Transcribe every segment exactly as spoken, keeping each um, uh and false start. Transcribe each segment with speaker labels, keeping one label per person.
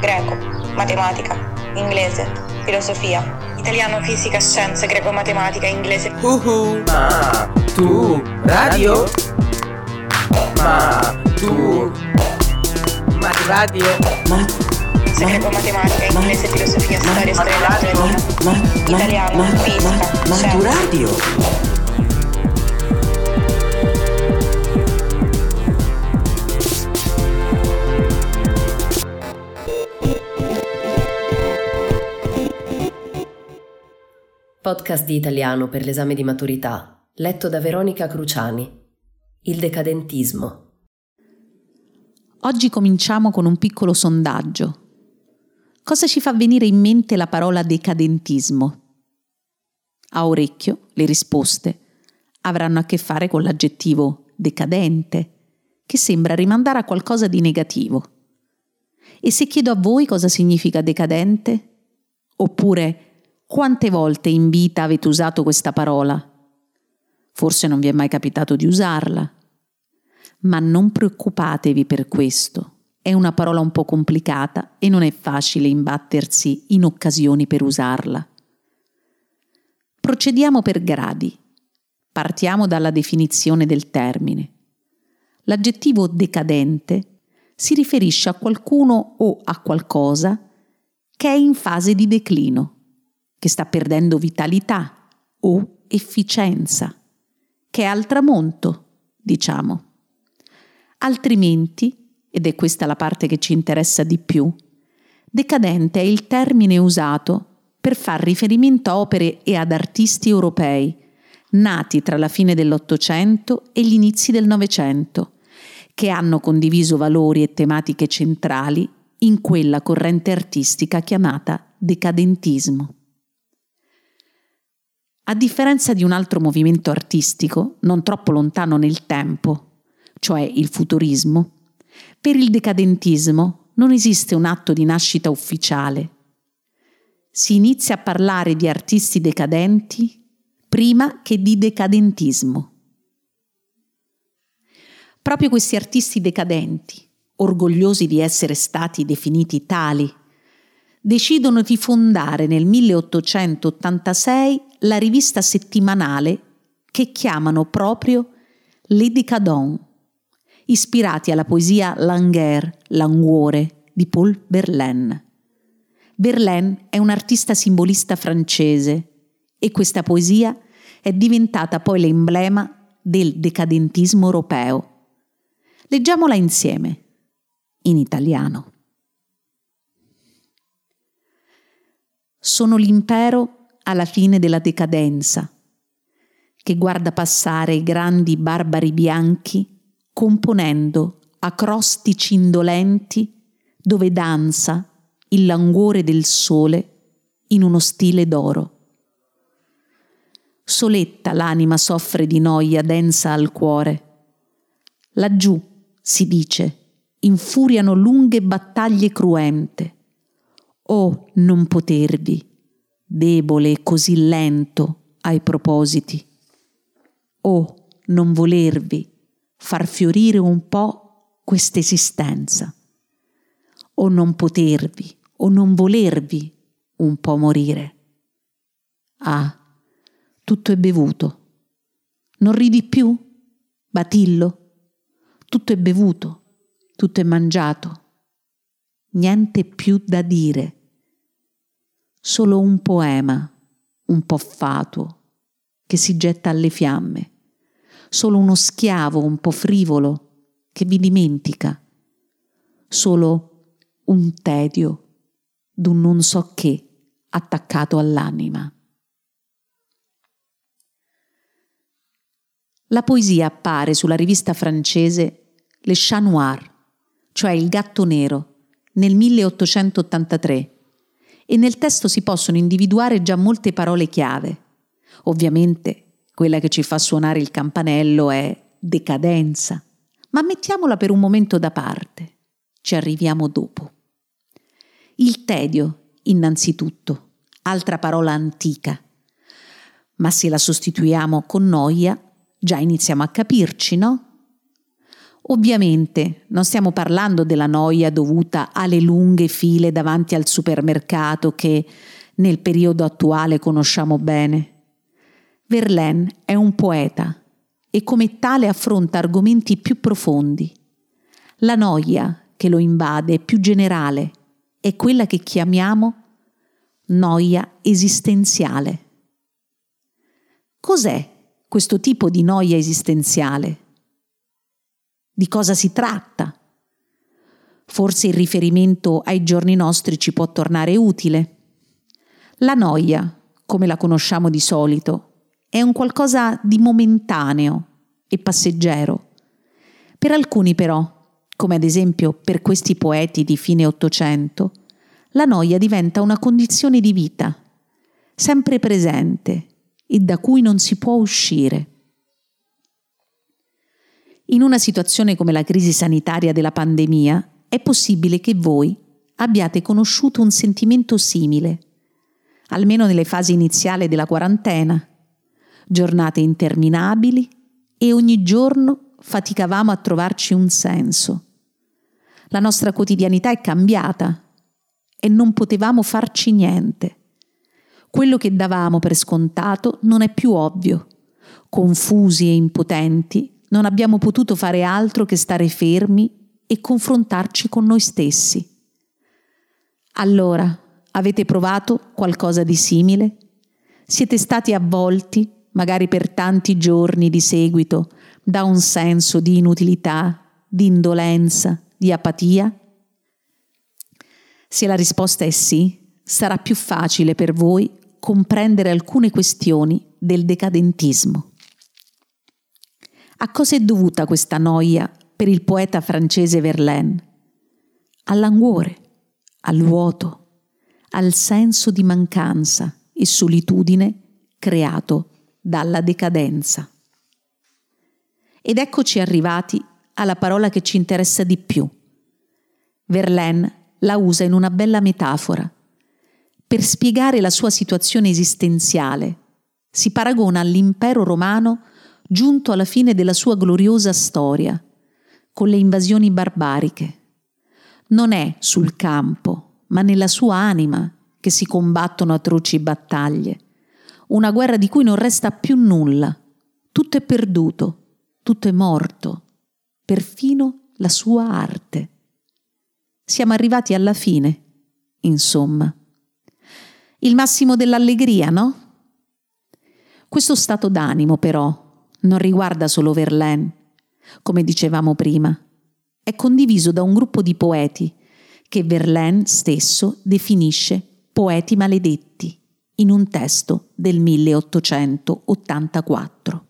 Speaker 1: greco, matematica, inglese, filosofia, italiano, fisica, scienze, greco, matematica, inglese.
Speaker 2: Uhu. Ma tu radio? Ma tu ma tu radio?
Speaker 1: Ma greco, matematica, inglese, filosofia, storia, storia, letteratura, italiano, fisica,
Speaker 2: ma tu radio?
Speaker 3: Podcast di italiano per l'esame di maturità, letto da Veronica Cruciani. Il decadentismo.
Speaker 4: Oggi cominciamo con un piccolo sondaggio. Cosa ci fa venire in mente la parola decadentismo? A orecchio, le risposte avranno a che fare con l'aggettivo decadente, che sembra rimandare a qualcosa di negativo. E se chiedo a voi cosa significa decadente? Oppure quante volte in vita avete usato questa parola? Forse non vi è mai capitato di usarla. Ma non preoccupatevi per questo. È una parola un po' complicata e non è facile imbattersi in occasioni per usarla. Procediamo per gradi. Partiamo dalla definizione del termine. L'aggettivo decadente si riferisce a qualcuno o a qualcosa che è in fase di declino, che sta perdendo vitalità o efficienza, che è al tramonto, diciamo. Altrimenti, ed è questa la parte che ci interessa di più, decadente è il termine usato per far riferimento a opere e ad artisti europei nati tra la fine dell'Ottocento e gli inizi del Novecento, che hanno condiviso valori e tematiche centrali in quella corrente artistica chiamata decadentismo. A differenza di un altro movimento artistico, non troppo lontano nel tempo, cioè il futurismo, per il decadentismo non esiste un atto di nascita ufficiale. Si inizia a parlare di artisti decadenti prima che di decadentismo. Proprio questi artisti decadenti, orgogliosi di essere stati definiti tali, decidono di fondare nel milleottocentottantasei la rivista settimanale che chiamano proprio Les Décadents, ispirati alla poesia Langueur, Languore di Paul Verlaine. Verlaine è un artista simbolista francese e questa poesia è diventata poi l'emblema del decadentismo europeo. Leggiamola insieme, in italiano. Sono l'impero alla fine della decadenza, che guarda passare i grandi barbari bianchi componendo acrostici indolenti dove danza il languore del sole in uno stile d'oro. Soletta l'anima soffre di noia densa al cuore. Laggiù, si dice, infuriano lunghe battaglie cruente. Oh, non potervi, debole e così lento ai propositi. Oh, non volervi far fiorire un po' questa esistenza. O non potervi, o non volervi un po' morire. Ah, tutto è bevuto. Non ridi più, Batillo? Tutto è bevuto, tutto è mangiato. Niente più da dire. Solo un poema, un po' fatuo, che si getta alle fiamme. Solo uno schiavo un po' frivolo che vi dimentica. Solo un tedio d'un non so che attaccato all'anima. La poesia appare sulla rivista francese Le Chat Noir, cioè il gatto nero, nel milleottocentottantatré, e nel testo si possono individuare già molte parole chiave. Ovviamente quella che ci fa suonare il campanello è decadenza, ma mettiamola per un momento da parte, ci arriviamo dopo. Il tedio, innanzitutto, altra parola antica, ma se la sostituiamo con noia, già iniziamo a capirci, no? Ovviamente non stiamo parlando della noia dovuta alle lunghe file davanti al supermercato che nel periodo attuale conosciamo bene. Verlaine è un poeta e come tale affronta argomenti più profondi. La noia che lo invade è più generale, è quella che chiamiamo noia esistenziale. Cos'è questo tipo di noia esistenziale? Di cosa si tratta? Forse il riferimento ai giorni nostri ci può tornare utile. La noia, come la conosciamo di solito, è un qualcosa di momentaneo e passeggero. Per alcuni però, come ad esempio per questi poeti di fine Ottocento, la noia diventa una condizione di vita, sempre presente e da cui non si può uscire. In una situazione come la crisi sanitaria della pandemia, è possibile che voi abbiate conosciuto un sentimento simile, almeno nelle fasi iniziali della quarantena, giornate interminabili e ogni giorno faticavamo a trovarci un senso. La nostra quotidianità è cambiata e non potevamo farci niente. Quello che davamo per scontato non è più ovvio. Confusi e impotenti, non abbiamo potuto fare altro che stare fermi e confrontarci con noi stessi. Allora, avete provato qualcosa di simile? Siete stati avvolti, magari per tanti giorni di seguito, da un senso di inutilità, di indolenza, di apatia? Se la risposta è sì, sarà più facile per voi comprendere alcune questioni del decadentismo. A cosa è dovuta questa noia per il poeta francese Verlaine? Al languore, al vuoto, al senso di mancanza e solitudine creato dalla decadenza. Ed eccoci arrivati alla parola che ci interessa di più. Verlaine la usa in una bella metafora. Per spiegare la sua situazione esistenziale, si paragona all'impero romano giunto alla fine della sua gloriosa storia, con le invasioni barbariche. Non è sul campo, ma nella sua anima che si combattono atroci battaglie. Una guerra di cui non resta più nulla. Tutto è perduto, tutto è morto, perfino la sua arte. Siamo arrivati alla fine, insomma. Il massimo dell'allegria, no? Questo stato d'animo, però, non riguarda solo Verlaine, come dicevamo prima. È condiviso da un gruppo di poeti che Verlaine stesso definisce poeti maledetti in un testo del milleottocentottantaquattro.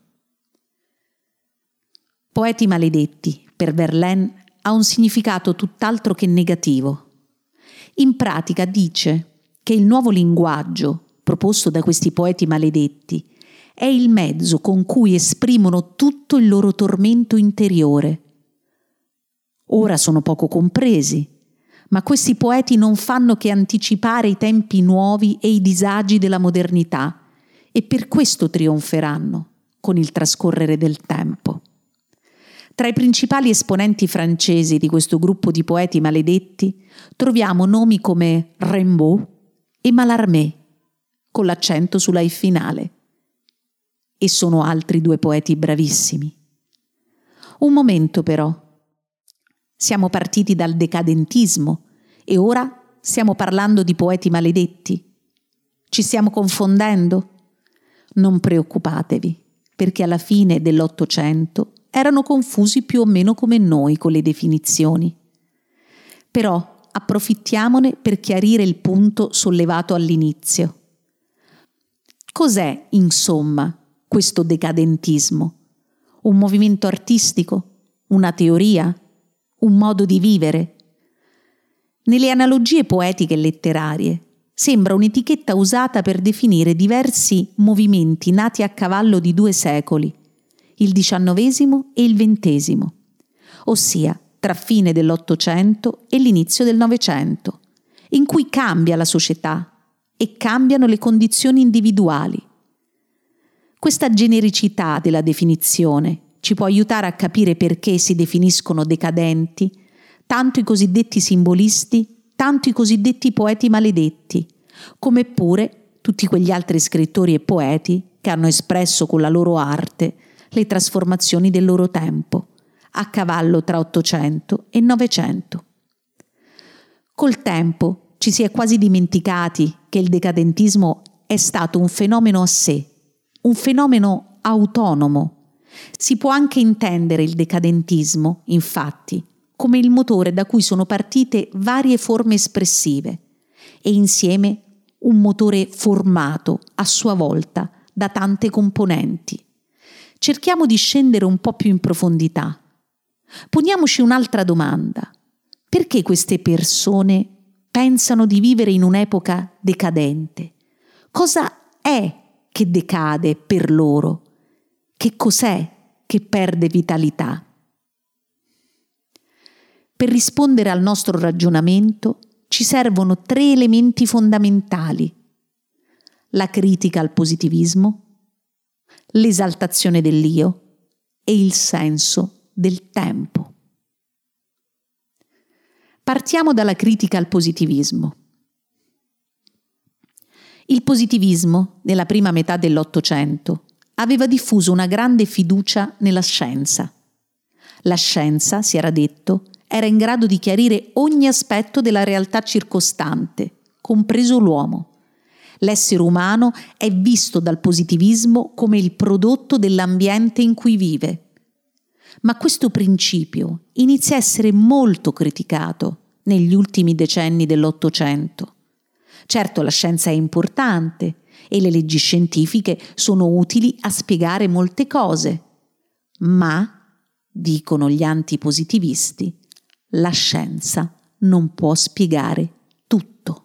Speaker 4: Poeti maledetti, per Verlaine, ha un significato tutt'altro che negativo. In pratica dice che il nuovo linguaggio proposto da questi poeti maledetti è il mezzo con cui esprimono tutto il loro tormento interiore. Ora sono poco compresi, ma questi poeti non fanno che anticipare i tempi nuovi e i disagi della modernità e per questo trionferanno con il trascorrere del tempo. Tra i principali esponenti francesi di questo gruppo di poeti maledetti troviamo nomi come Rimbaud e Mallarmé, con l'accento sulla I finale. E sono altri due poeti bravissimi. Un momento però. Siamo partiti dal decadentismo e ora stiamo parlando di poeti maledetti. Ci stiamo confondendo? Non preoccupatevi, perché alla fine dell'Ottocento erano confusi più o meno come noi con le definizioni. Però approfittiamone per chiarire il punto sollevato all'inizio. Cos'è, insomma, questo decadentismo? Un movimento artistico? Una teoria? Un modo di vivere? Nelle analogie poetiche e letterarie sembra un'etichetta usata per definire diversi movimenti nati a cavallo di due secoli, il diciannovesimo e il ventesimo, ossia tra fine dell'Ottocento e l'inizio del Novecento, in cui cambia la società e cambiano le condizioni individuali. Questa genericità della definizione ci può aiutare a capire perché si definiscono decadenti tanto i cosiddetti simbolisti, tanto i cosiddetti poeti maledetti, come pure tutti quegli altri scrittori e poeti che hanno espresso con la loro arte le trasformazioni del loro tempo, a cavallo tra Ottocento e Novecento. Col tempo ci si è quasi dimenticati che il decadentismo è stato un fenomeno a sé, un fenomeno autonomo. Si può anche intendere il decadentismo, infatti, come il motore da cui sono partite varie forme espressive e insieme un motore formato a sua volta da tante componenti. Cerchiamo di scendere un po' più in profondità. Poniamoci un'altra domanda. Perché queste persone pensano di vivere in un'epoca decadente? Cosa è che decade per loro? Che cos'è che perde vitalità? Per rispondere al nostro ragionamento ci servono tre elementi fondamentali: la critica al positivismo, l'esaltazione dell'io e il senso del tempo. Partiamo dalla critica al positivismo. Il positivismo, nella prima metà dell'Ottocento, aveva diffuso una grande fiducia nella scienza. La scienza, si era detto, era in grado di chiarire ogni aspetto della realtà circostante, compreso l'uomo. L'essere umano è visto dal positivismo come il prodotto dell'ambiente in cui vive. Ma questo principio inizia a essere molto criticato negli ultimi decenni dell'Ottocento. Certo, la scienza è importante e le leggi scientifiche sono utili a spiegare molte cose, ma, dicono gli antipositivisti, la scienza non può spiegare tutto.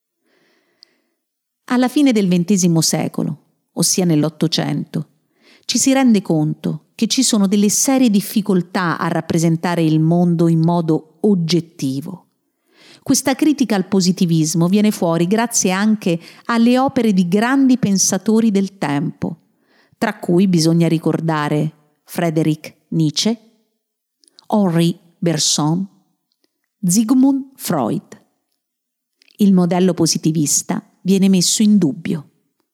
Speaker 4: Alla fine del ventesimo secolo, ossia nell'Ottocento, ci si rende conto che ci sono delle serie difficoltà a rappresentare il mondo in modo oggettivo. Questa critica al positivismo viene fuori grazie anche alle opere di grandi pensatori del tempo, tra cui bisogna ricordare Friedrich Nietzsche, Henri Bergson, Sigmund Freud. Il modello positivista viene messo in dubbio.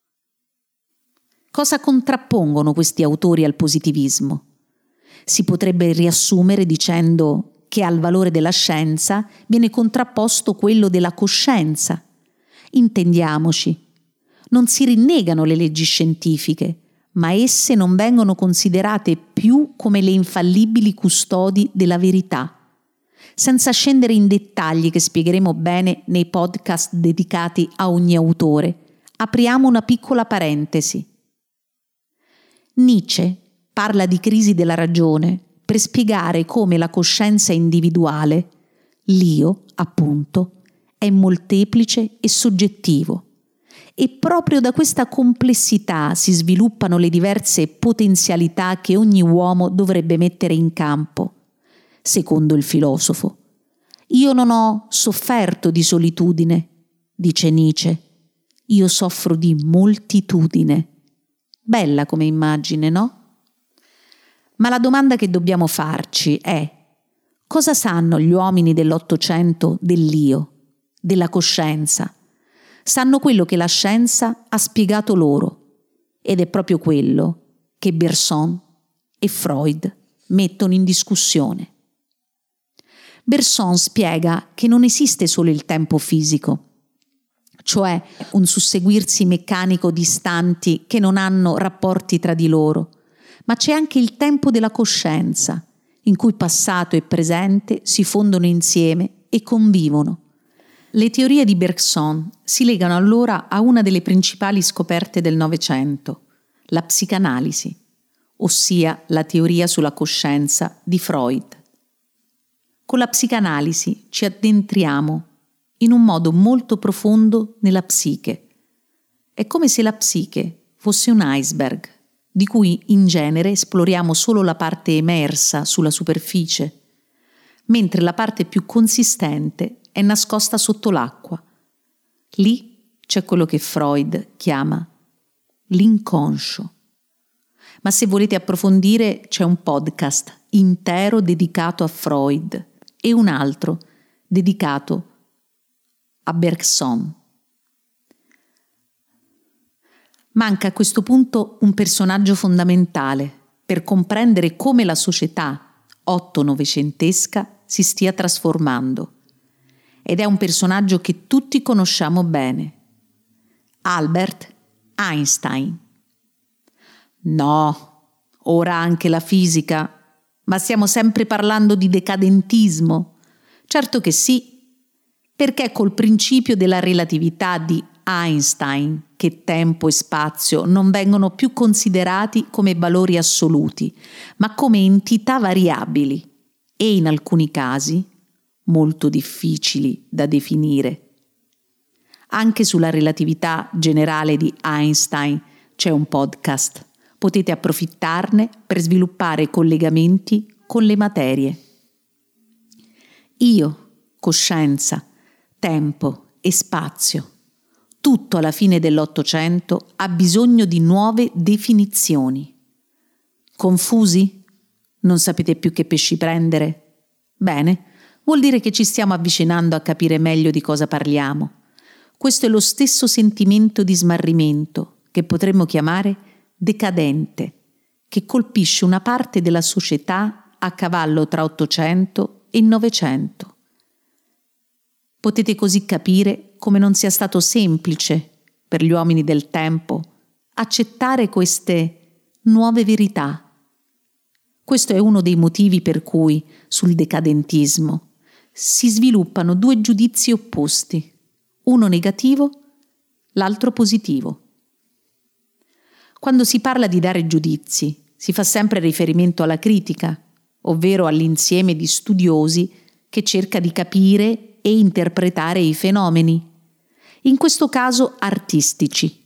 Speaker 4: Cosa contrappongono questi autori al positivismo? Si potrebbe riassumere dicendo che al valore della scienza viene contrapposto quello della coscienza. Intendiamoci, non si rinnegano le leggi scientifiche, ma esse non vengono considerate più come le infallibili custodi della verità. Senza scendere in dettagli che spiegheremo bene nei podcast dedicati a ogni autore, apriamo una piccola parentesi. Nietzsche parla di crisi della ragione per spiegare come la coscienza individuale, l'io, appunto, è molteplice e soggettivo. E proprio da questa complessità si sviluppano le diverse potenzialità che ogni uomo dovrebbe mettere in campo. Secondo il filosofo, io non ho sofferto di solitudine, dice Nietzsche, io soffro di moltitudine. Bella come immagine, no? Ma la domanda che dobbiamo farci è: cosa sanno gli uomini dell'Ottocento dell'io, della coscienza? Sanno quello che la scienza ha spiegato loro, ed è proprio quello che Bergson e Freud mettono in discussione. Bergson spiega che non esiste solo il tempo fisico, cioè un susseguirsi meccanico di istanti che non hanno rapporti tra di loro, ma c'è anche il tempo della coscienza, in cui passato e presente si fondono insieme e convivono. Le teorie di Bergson si legano allora a una delle principali scoperte del Novecento, la psicanalisi, ossia la teoria sulla coscienza di Freud. Con la psicanalisi ci addentriamo in un modo molto profondo nella psiche. È come se la psiche fosse un iceberg, di cui in genere esploriamo solo la parte emersa sulla superficie, mentre la parte più consistente è nascosta sotto l'acqua. Lì c'è quello che Freud chiama l'inconscio. Ma se volete approfondire c'è un podcast intero dedicato a Freud e un altro dedicato a Bergson. Manca a questo punto un personaggio fondamentale per comprendere come la società otto-novecentesca si stia trasformando. Ed è un personaggio che tutti conosciamo bene. Albert Einstein. No, ora anche la fisica, ma stiamo sempre parlando di decadentismo. Certo che sì, perché è col principio della relatività di Einstein che tempo e spazio non vengono più considerati come valori assoluti, ma come entità variabili e in alcuni casi molto difficili da definire. Anche sulla relatività generale di Einstein c'è un podcast. Potete approfittarne per sviluppare collegamenti con le materie. Io, coscienza, tempo e spazio, tutto alla fine dell'Ottocento ha bisogno di nuove definizioni. Confusi? Non sapete più che pesci prendere? Bene, vuol dire che ci stiamo avvicinando a capire meglio di cosa parliamo. Questo è lo stesso sentimento di smarrimento che potremmo chiamare decadente, che colpisce una parte della società a cavallo tra Ottocento e Novecento. Potete così capire come non sia stato semplice per gli uomini del tempo accettare queste nuove verità. Questo è uno dei motivi per cui sul decadentismo si sviluppano due giudizi opposti, uno negativo, l'altro positivo. Quando si parla di dare giudizi, si fa sempre riferimento alla critica, ovvero all'insieme di studiosi che cerca di capire e interpretare i fenomeni, in questo caso artistici,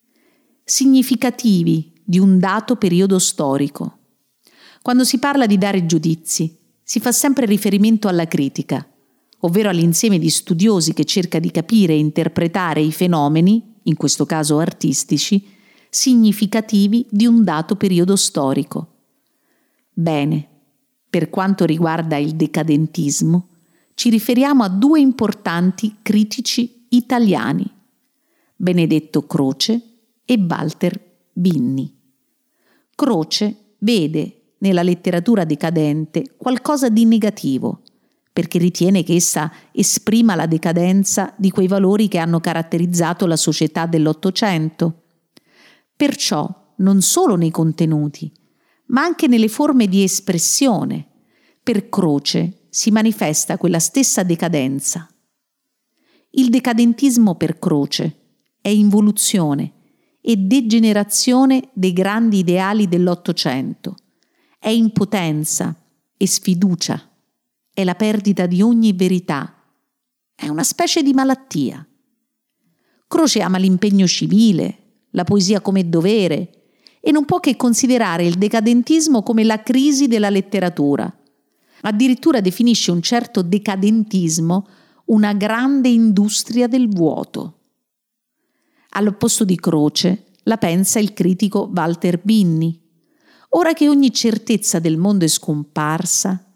Speaker 4: significativi di un dato periodo storico. Quando si parla di dare giudizi, si fa sempre riferimento alla critica, ovvero all'insieme di studiosi che cerca di capire e interpretare i fenomeni, in questo caso artistici, significativi di un dato periodo storico. Bene, per quanto riguarda il decadentismo, ci riferiamo a due importanti critici italiani, Benedetto Croce e Walter Binni. Croce vede nella letteratura decadente qualcosa di negativo, perché ritiene che essa esprima la decadenza di quei valori che hanno caratterizzato la società dell'Ottocento. Perciò, non solo nei contenuti, ma anche nelle forme di espressione, per Croce si manifesta quella stessa decadenza. Il decadentismo per Croce è involuzione e degenerazione dei grandi ideali dell'Ottocento, è impotenza e sfiducia, è la perdita di ogni verità, è una specie di malattia. Croce ama l'impegno civile, la poesia come dovere, e non può che considerare il decadentismo come la crisi della letteratura. Addirittura definisce un certo decadentismo una grande industria del vuoto. All'opposto di Croce la pensa il critico Walter Binni. Ora che ogni certezza del mondo è scomparsa,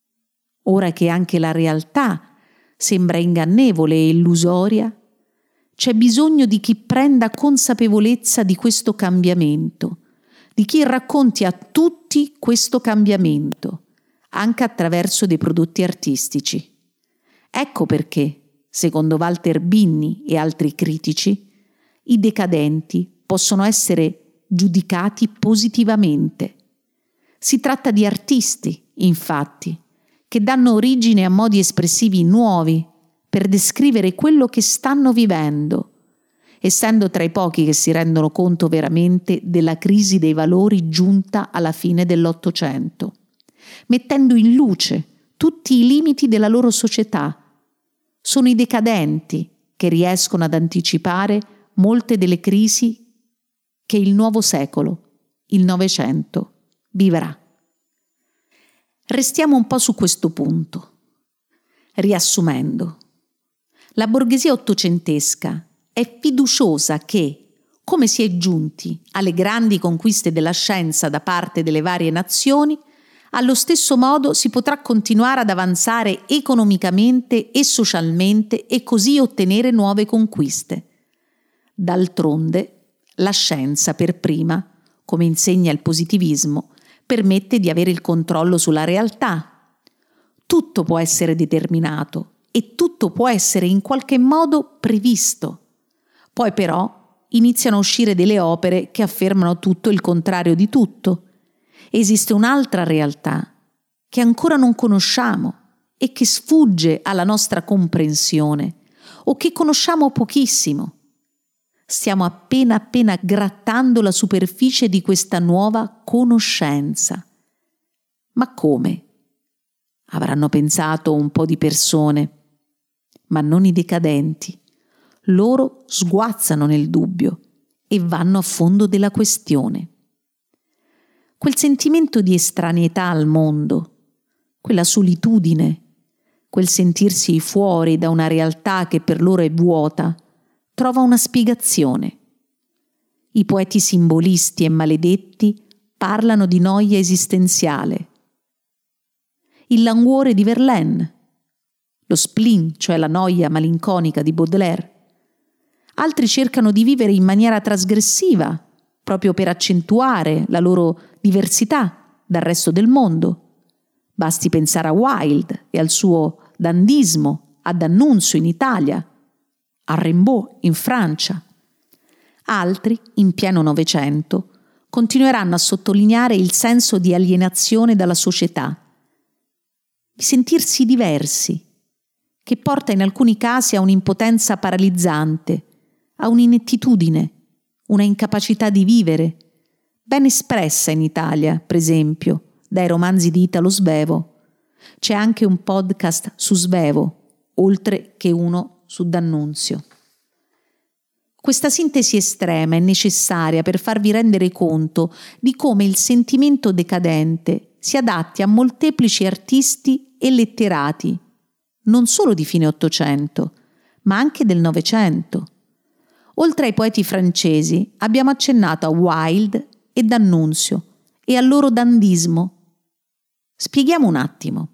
Speaker 4: ora che anche la realtà sembra ingannevole e illusoria, c'è bisogno di chi prenda consapevolezza di questo cambiamento, di chi racconti a tutti questo cambiamento, anche attraverso dei prodotti artistici. Ecco perché, secondo Walter Binni e altri critici, i decadenti possono essere giudicati positivamente. Si tratta di artisti, infatti, che danno origine a modi espressivi nuovi per descrivere quello che stanno vivendo, essendo tra i pochi che si rendono conto veramente della crisi dei valori giunta alla fine dell'Ottocento, mettendo in luce tutti i limiti della loro società. Sono i decadenti che riescono ad anticipare molte delle crisi che il nuovo secolo, il Novecento, vivrà. Restiamo un po' su questo punto. Riassumendo, la borghesia ottocentesca è fiduciosa che, come si è giunti alle grandi conquiste della scienza da parte delle varie nazioni, allo stesso modo si potrà continuare ad avanzare economicamente e socialmente e così ottenere nuove conquiste. D'altronde, la scienza per prima, come insegna il positivismo, permette di avere il controllo sulla realtà. Tutto può essere determinato e tutto può essere in qualche modo previsto. Poi però iniziano a uscire delle opere che affermano tutto il contrario di tutto. Esiste un'altra realtà che ancora non conosciamo e che sfugge alla nostra comprensione o che conosciamo pochissimo. Stiamo appena appena grattando la superficie di questa nuova conoscenza. Ma come? Avranno pensato un po' di persone, ma non i decadenti. Loro sguazzano nel dubbio e vanno a fondo della questione. Quel sentimento di estraneità al mondo, quella solitudine, quel sentirsi fuori da una realtà che per loro è vuota, trova una spiegazione. I poeti simbolisti e maledetti parlano di noia esistenziale. Il languore di Verlaine, lo spleen, cioè la noia malinconica di Baudelaire. Altri cercano di vivere in maniera trasgressiva, proprio per accentuare la loro diversità dal resto del mondo. Basti pensare a Wilde e al suo dandismo, a D'Annunzio in Italia, a Rimbaud in Francia. Altri, in pieno Novecento, continueranno a sottolineare il senso di alienazione dalla società, di sentirsi diversi, che porta in alcuni casi a un'impotenza paralizzante, a un'inettitudine, una incapacità di vivere, ben espressa in Italia, per esempio, dai romanzi di Italo Svevo. C'è anche un podcast su Svevo, oltre che uno su D'Annunzio. Questa sintesi estrema è necessaria per farvi rendere conto di come il sentimento decadente si adatti a molteplici artisti e letterati, non solo di fine Ottocento, ma anche del Novecento. Oltre ai poeti francesi, abbiamo accennato a Wilde e D'Annunzio e al loro dandismo. Spieghiamo un attimo.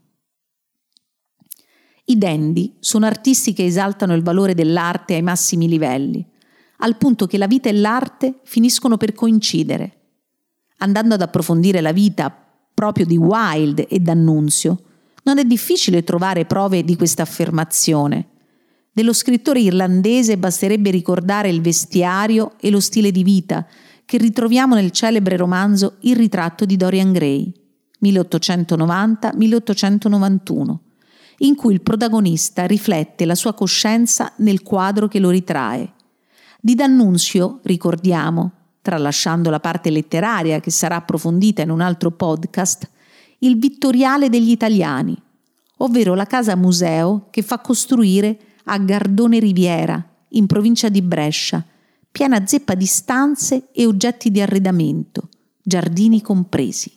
Speaker 4: I dandy sono artisti che esaltano il valore dell'arte ai massimi livelli, al punto che la vita e l'arte finiscono per coincidere. Andando ad approfondire la vita proprio di Wilde e D'Annunzio, non è difficile trovare prove di questa affermazione. Dello scrittore irlandese basterebbe ricordare il vestiario e lo stile di vita che ritroviamo nel celebre romanzo Il ritratto di Dorian Gray, milleottocentonovanta milleottocentonovantuno, in cui il protagonista riflette la sua coscienza nel quadro che lo ritrae. Di D'Annunzio ricordiamo, tralasciando la parte letteraria che sarà approfondita in un altro podcast, il Vittoriale degli Italiani, ovvero la casa museo che fa costruire a Gardone Riviera, in provincia di Brescia, piena zeppa di stanze e oggetti di arredamento, giardini compresi.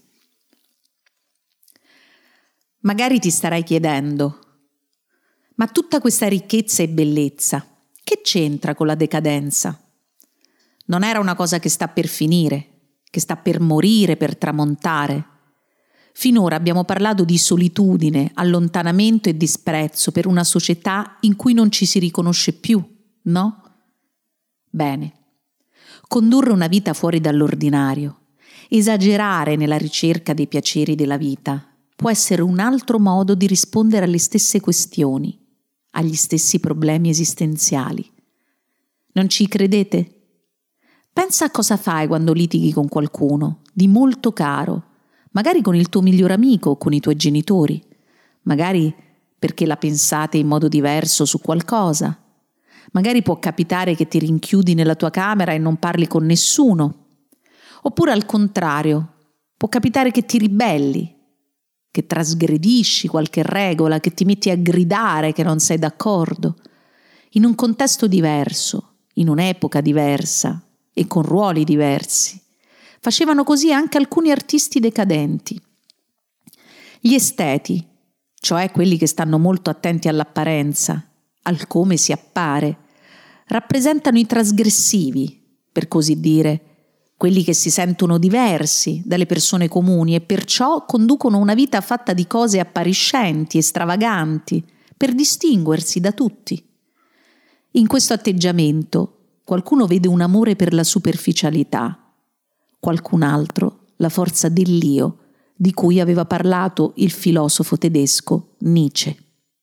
Speaker 4: Magari ti starai chiedendo, ma tutta questa ricchezza e bellezza, che c'entra con la decadenza? Non era una cosa che sta per finire, che sta per morire, per tramontare. Finora abbiamo parlato di solitudine, allontanamento e disprezzo per una società in cui non ci si riconosce più, no? Bene, condurre una vita fuori dall'ordinario, esagerare nella ricerca dei piaceri della vita, può essere un altro modo di rispondere alle stesse questioni, agli stessi problemi esistenziali. Non ci credete? Pensa a cosa fai quando litighi con qualcuno, di molto caro, magari con il tuo migliore amico o con i tuoi genitori, magari perché la pensate in modo diverso su qualcosa. Magari può capitare che ti rinchiudi nella tua camera e non parli con nessuno. Oppure al contrario, può capitare che ti ribelli, che trasgredisci qualche regola, che ti metti a gridare che non sei d'accordo. In un contesto diverso, in un'epoca diversa e con ruoli diversi. Facevano così anche alcuni artisti decadenti. Gli esteti, cioè quelli che stanno molto attenti all'apparenza, al come si appare, rappresentano i trasgressivi, per così dire, quelli che si sentono diversi dalle persone comuni e perciò conducono una vita fatta di cose appariscenti e stravaganti per distinguersi da tutti. In questo atteggiamento qualcuno vede un amore per la superficialità, qualcun altro la forza dell'io di cui aveva parlato il filosofo tedesco Nietzsche.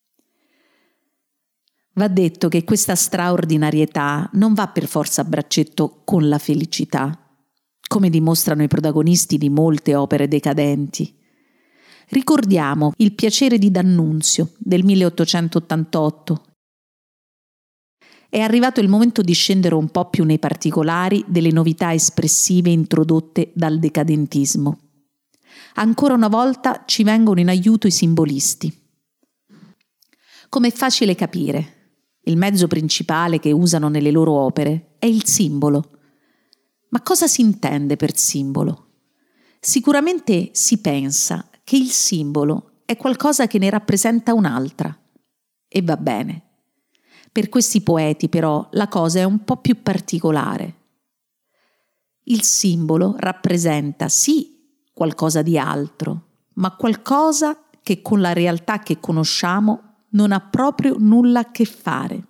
Speaker 4: Va detto che questa straordinarietà non va per forza a braccetto con la felicità, come dimostrano i protagonisti di molte opere decadenti. Ricordiamo Il piacere di D'Annunzio del milleottocentottantotto. È arrivato il momento di scendere un po' più nei particolari delle novità espressive introdotte dal decadentismo. Ancora una volta ci vengono in aiuto i simbolisti. Come è facile capire, il mezzo principale che usano nelle loro opere è il simbolo. Ma cosa si intende per simbolo? Sicuramente si pensa che il simbolo è qualcosa che ne rappresenta un'altra. E va bene. Per questi poeti, però, la cosa è un po' più particolare. Il simbolo rappresenta sì qualcosa di altro, ma qualcosa che con la realtà che conosciamo non ha proprio nulla a che fare.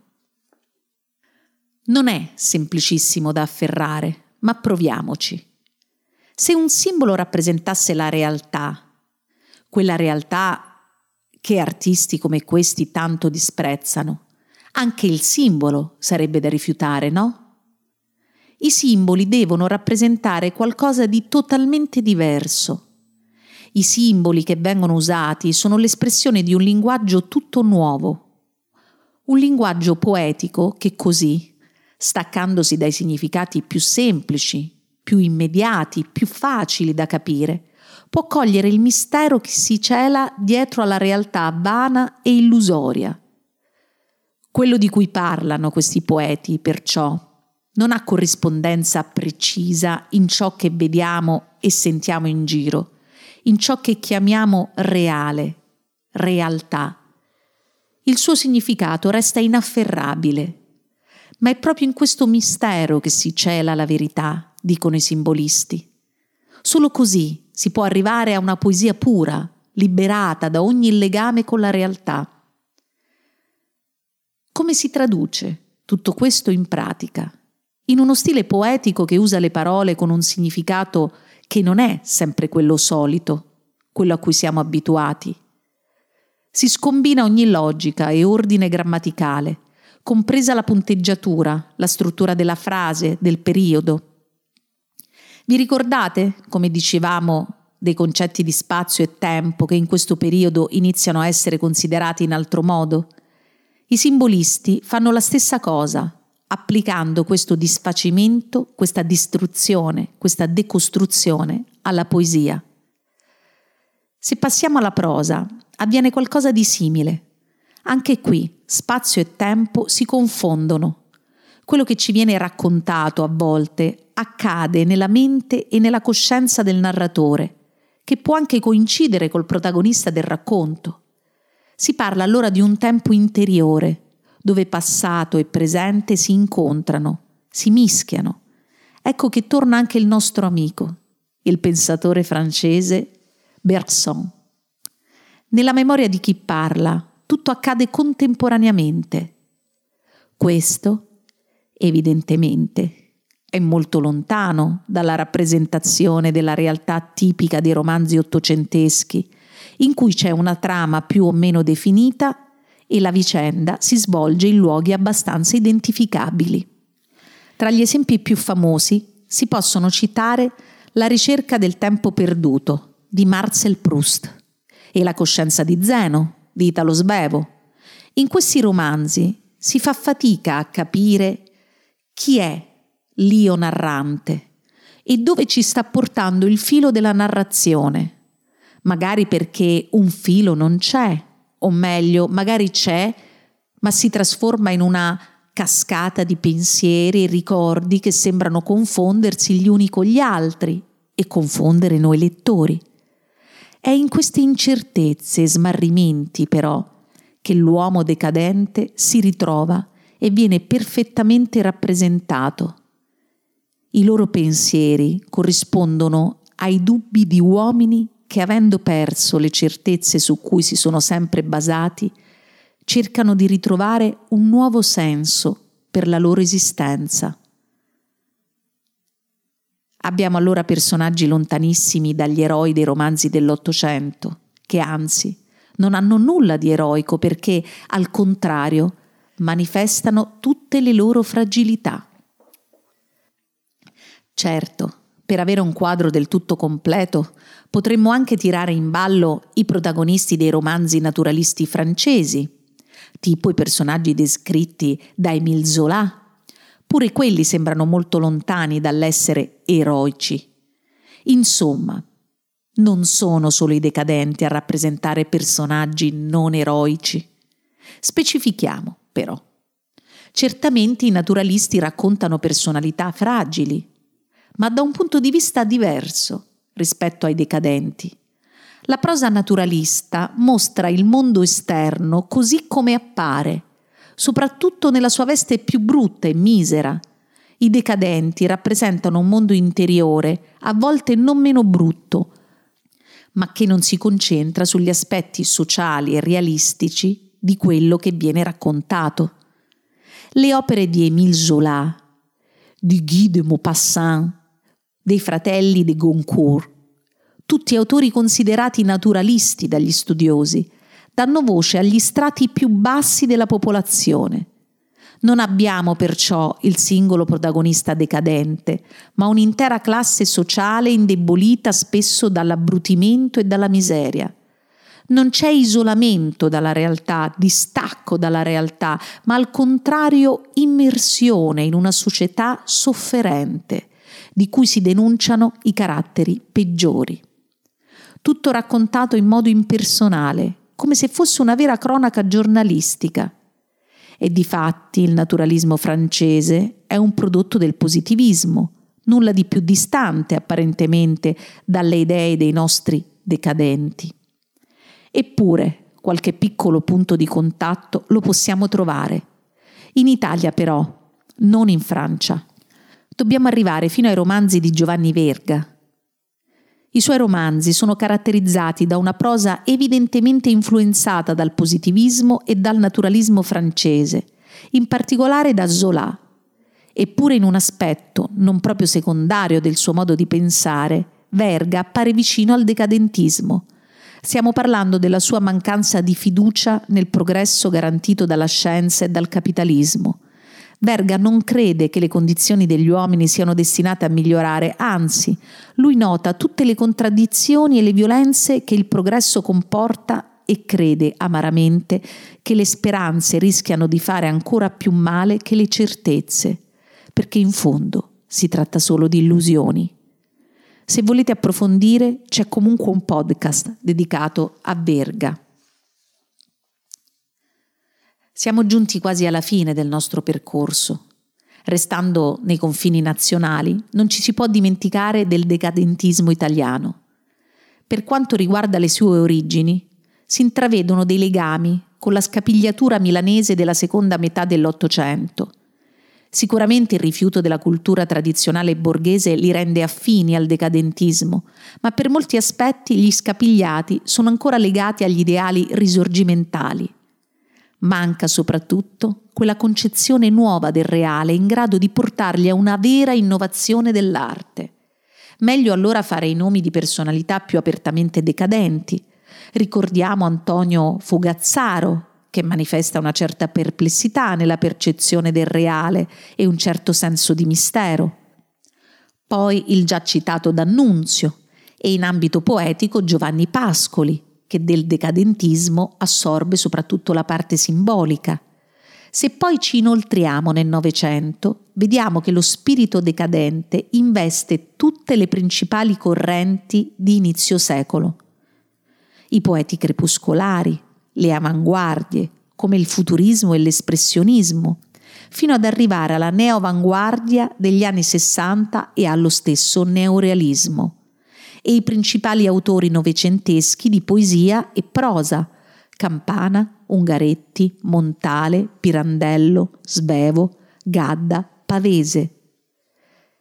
Speaker 4: Non è semplicissimo da afferrare, ma proviamoci. Se un simbolo rappresentasse la realtà, quella realtà che artisti come questi tanto disprezzano, anche il simbolo sarebbe da rifiutare, no? I simboli devono rappresentare qualcosa di totalmente diverso. I simboli che vengono usati sono l'espressione di un linguaggio tutto nuovo, un linguaggio poetico che così, staccandosi dai significati più semplici, più immediati, più facili da capire, può cogliere il mistero che si cela dietro alla realtà vana e illusoria. Quello di cui parlano questi poeti, perciò, non ha corrispondenza precisa in ciò che vediamo e sentiamo in giro, in ciò che chiamiamo reale, realtà. Il suo significato resta inafferrabile. Ma è proprio in questo mistero che si cela la verità, dicono i simbolisti. Solo così si può arrivare a una poesia pura, liberata da ogni legame con la realtà. Come si traduce tutto questo in pratica? In uno stile poetico che usa le parole con un significato che non è sempre quello solito, quello a cui siamo abituati. Si scombina ogni logica e ordine grammaticale, compresa la punteggiatura, la struttura della frase, del periodo. Vi ricordate, come dicevamo, dei concetti di spazio e tempo che in questo periodo iniziano a essere considerati in altro modo? I simbolisti fanno la stessa cosa, applicando questo disfacimento, questa distruzione, questa decostruzione alla poesia. Se passiamo alla prosa, avviene qualcosa di simile. Anche qui spazio e tempo si confondono. Quello che ci viene raccontato a volte accade nella mente e nella coscienza del narratore, che può anche coincidere col protagonista del racconto. Si parla allora di un tempo interiore, dove passato e presente si incontrano, si mischiano. Ecco che torna anche il nostro amico, il pensatore francese Bergson. Nella memoria di chi parla, tutto accade contemporaneamente. Questo, evidentemente, è molto lontano dalla rappresentazione della realtà tipica dei romanzi ottocenteschi, in cui c'è una trama più o meno definita e la vicenda si svolge in luoghi abbastanza identificabili. Tra gli esempi più famosi si possono citare La ricerca del tempo perduto di Marcel Proust e La coscienza di Zeno di Italo Svevo. In questi romanzi si fa fatica a capire chi è l'io narrante e dove ci sta portando il filo della narrazione, magari perché un filo non c'è, o meglio, magari c'è, ma si trasforma in una cascata di pensieri e ricordi che sembrano confondersi gli uni con gli altri e confondere noi lettori. È in queste incertezze e smarrimenti, però, che l'uomo decadente si ritrova e viene perfettamente rappresentato. I loro pensieri corrispondono ai dubbi di uomini che, avendo perso le certezze su cui si sono sempre basati, cercano di ritrovare un nuovo senso per la loro esistenza. Abbiamo allora personaggi lontanissimi dagli eroi dei romanzi dell'Ottocento, che anzi non hanno nulla di eroico perché, al contrario, manifestano tutte le loro fragilità. Certo, per avere un quadro del tutto completo, potremmo anche tirare in ballo i protagonisti dei romanzi naturalisti francesi, tipo i personaggi descritti da Émile Zola. Pure quelli sembrano molto lontani dall'essere eroici. Insomma, non sono solo i decadenti a rappresentare personaggi non eroici. Specifichiamo, però. Certamente i naturalisti raccontano personalità fragili, ma da un punto di vista diverso rispetto ai decadenti. La prosa naturalista mostra il mondo esterno così come appare, soprattutto nella sua veste più brutta e misera. I decadenti rappresentano un mondo interiore, a volte non meno brutto, ma che non si concentra sugli aspetti sociali e realistici di quello che viene raccontato. Le opere di Émile Zola, di Guy de Maupassant, dei fratelli de Goncourt, tutti autori considerati naturalisti dagli studiosi, danno voce agli strati più bassi della popolazione. Non abbiamo perciò il singolo protagonista decadente, ma un'intera classe sociale indebolita spesso dall'abbrutimento e dalla miseria. Non c'è isolamento dalla realtà, distacco dalla realtà, ma al contrario immersione in una società sofferente, di cui si denunciano i caratteri peggiori. Tutto raccontato in modo impersonale, come se fosse una vera cronaca giornalistica. E difatti il naturalismo francese è un prodotto del positivismo, nulla di più distante apparentemente dalle idee dei nostri decadenti. Eppure qualche piccolo punto di contatto lo possiamo trovare. In Italia però, non in Francia. Dobbiamo arrivare fino ai romanzi di Giovanni Verga. I suoi romanzi sono caratterizzati da una prosa evidentemente influenzata dal positivismo e dal naturalismo francese, in particolare da Zola. Eppure in un aspetto non proprio secondario del suo modo di pensare, Verga appare vicino al decadentismo. Stiamo parlando della sua mancanza di fiducia nel progresso garantito dalla scienza e dal capitalismo. Verga non crede che le condizioni degli uomini siano destinate a migliorare, anzi, lui nota tutte le contraddizioni e le violenze che il progresso comporta e crede amaramente che le speranze rischiano di fare ancora più male che le certezze, perché in fondo si tratta solo di illusioni. Se volete approfondire, c'è comunque un podcast dedicato a Verga. Siamo giunti quasi alla fine del nostro percorso. Restando nei confini nazionali, non ci si può dimenticare del decadentismo italiano. Per quanto riguarda le sue origini, si intravedono dei legami con la scapigliatura milanese della seconda metà dell'Ottocento. Sicuramente il rifiuto della cultura tradizionale borghese li rende affini al decadentismo, ma per molti aspetti gli scapigliati sono ancora legati agli ideali risorgimentali. Manca soprattutto quella concezione nuova del reale in grado di portarli a una vera innovazione dell'arte. Meglio allora fare i nomi di personalità più apertamente decadenti. Ricordiamo Antonio Fogazzaro, che manifesta una certa perplessità nella percezione del reale e un certo senso di mistero. Poi il già citato D'Annunzio e in ambito poetico Giovanni Pascoli, che del decadentismo assorbe soprattutto la parte simbolica. Se poi ci inoltriamo nel Novecento, vediamo che lo spirito decadente investe tutte le principali correnti di inizio secolo. I poeti crepuscolari, le avanguardie, come il futurismo e l'espressionismo, fino ad arrivare alla neoavanguardia degli anni sessanta e allo stesso neorealismo, e i principali autori novecenteschi di poesia e prosa, Campana, Ungaretti, Montale, Pirandello, Svevo, Gadda, Pavese.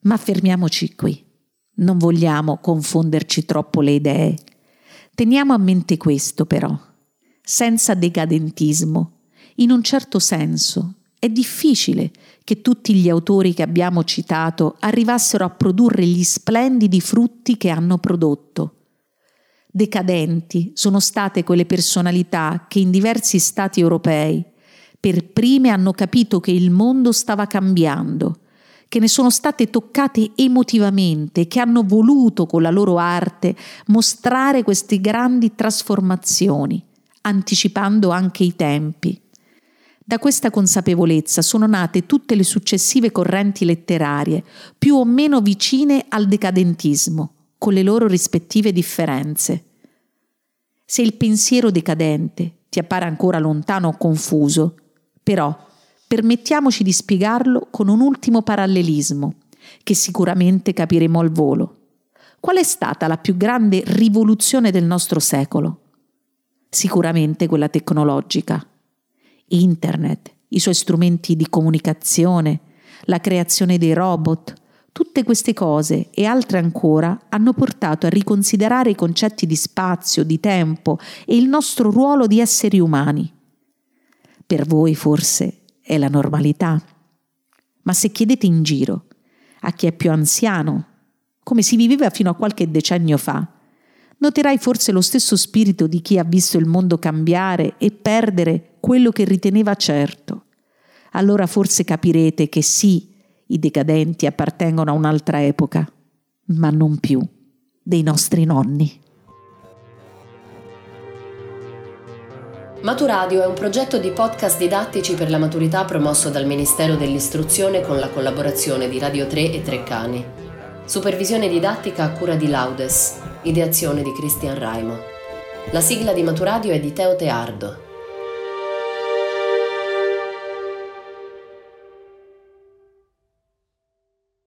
Speaker 4: Ma fermiamoci qui. Non vogliamo confonderci troppo le idee. Teniamo a mente questo però. Senza decadentismo, in un certo senso, è difficile che tutti gli autori che abbiamo citato arrivassero a produrre gli splendidi frutti che hanno prodotto. Decadenti sono state quelle personalità che in diversi stati europei per prime hanno capito che il mondo stava cambiando, che ne sono state toccate emotivamente, che hanno voluto con la loro arte mostrare queste grandi trasformazioni, anticipando anche i tempi. Da questa consapevolezza sono nate tutte le successive correnti letterarie, più o meno vicine al decadentismo, con le loro rispettive differenze. Se il pensiero decadente ti appare ancora lontano o confuso, però permettiamoci di spiegarlo con un ultimo parallelismo, che sicuramente capiremo al volo. Qual è stata la più grande rivoluzione del nostro secolo? Sicuramente quella tecnologica. Internet, i suoi strumenti di comunicazione, la creazione dei robot, tutte queste cose e altre ancora hanno portato a riconsiderare i concetti di spazio, di tempo e il nostro ruolo di esseri umani. Per voi forse è la normalità, ma se chiedete in giro a chi è più anziano, come si viveva fino a qualche decennio fa, noterai forse lo stesso spirito di chi ha visto il mondo cambiare e perdere quello che riteneva certo. Allora forse capirete che sì, i decadenti appartengono a un'altra epoca, ma non più dei nostri nonni.
Speaker 3: Maturadio è un progetto di podcast didattici per la maturità promosso dal Ministero dell'Istruzione con la collaborazione di Radio tre e Treccani. Supervisione didattica a cura di Laudes, ideazione di Cristian Raimo. La sigla di Maturadio è di Teo Teardo.